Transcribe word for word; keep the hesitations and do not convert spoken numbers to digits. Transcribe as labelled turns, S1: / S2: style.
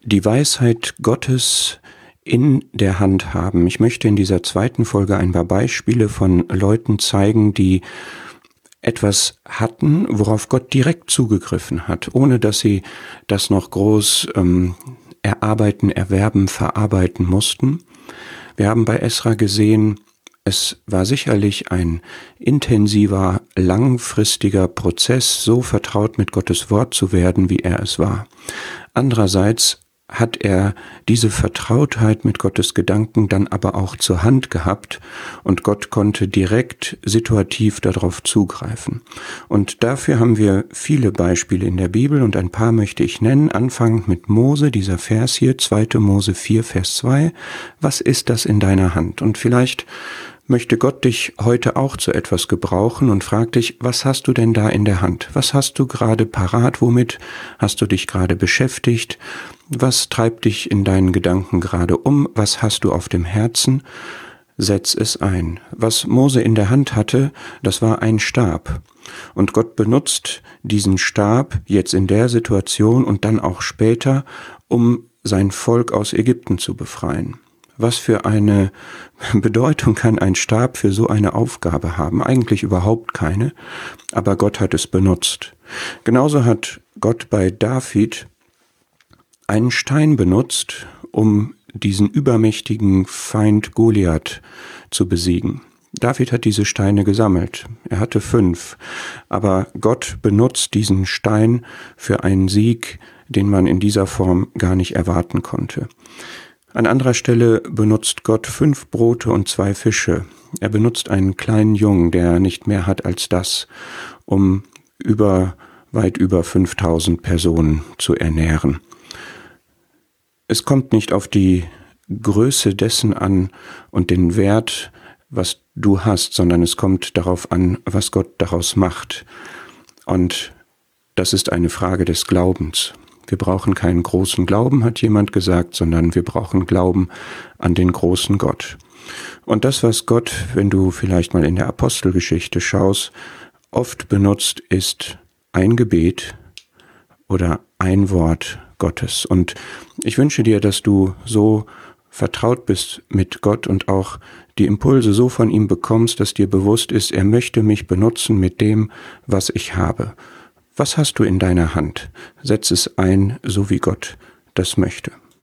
S1: die Weisheit Gottes in der Hand haben. Ich möchte in dieser zweiten Folge ein paar Beispiele von Leuten zeigen, die etwas hatten, worauf Gott direkt zugegriffen hat, ohne dass sie das noch groß ähm, erarbeiten, erwerben, verarbeiten mussten. Wir haben bei Esra gesehen, es war sicherlich ein intensiver, langfristiger Prozess, so vertraut mit Gottes Wort zu werden, wie er es war. Andererseits hat er diese Vertrautheit mit Gottes Gedanken dann aber auch zur Hand gehabt und Gott konnte direkt situativ darauf zugreifen. Und dafür haben wir viele Beispiele in der Bibel und ein paar möchte ich nennen, anfangend mit Mose, dieser Vers hier, zweiter Mose vier, Vers zwei. Was ist das in deiner Hand? Und vielleicht möchte Gott dich heute auch zu etwas gebrauchen und fragt dich, was hast du denn da in der Hand? Was hast du gerade parat? Womit hast du dich gerade beschäftigt? Was treibt dich in deinen Gedanken gerade um? Was hast du auf dem Herzen? Setz es ein. Was Mose in der Hand hatte, das war ein Stab. Und Gott benutzt diesen Stab jetzt in der Situation und dann auch später, um sein Volk aus Ägypten zu befreien. Was für eine Bedeutung kann ein Stab für so eine Aufgabe haben? Eigentlich überhaupt keine, aber Gott hat es benutzt. Genauso hat Gott bei David einen Stein benutzt, um diesen übermächtigen Feind Goliath zu besiegen. David hat diese Steine gesammelt. Er hatte fünf, aber Gott benutzt diesen Stein für einen Sieg, den man in dieser Form gar nicht erwarten konnte. An anderer Stelle benutzt Gott fünf Brote und zwei Fische. Er benutzt einen kleinen Jungen, der nicht mehr hat als das, um über, weit über fünftausend Personen zu ernähren. Es kommt nicht auf die Größe dessen an und den Wert, was du hast, sondern es kommt darauf an, was Gott daraus macht. Und das ist eine Frage des Glaubens. Wir brauchen keinen großen Glauben, hat jemand gesagt, sondern wir brauchen Glauben an den großen Gott. Und das, was Gott, wenn du vielleicht mal in der Apostelgeschichte schaust, oft benutzt, ist ein Gebet oder ein Wort Gottes. Und ich wünsche dir, dass du so vertraut bist mit Gott und auch die Impulse so von ihm bekommst, dass dir bewusst ist, er möchte mich benutzen mit dem, was ich habe. Was hast du in deiner Hand? Setz es ein, so wie Gott das möchte.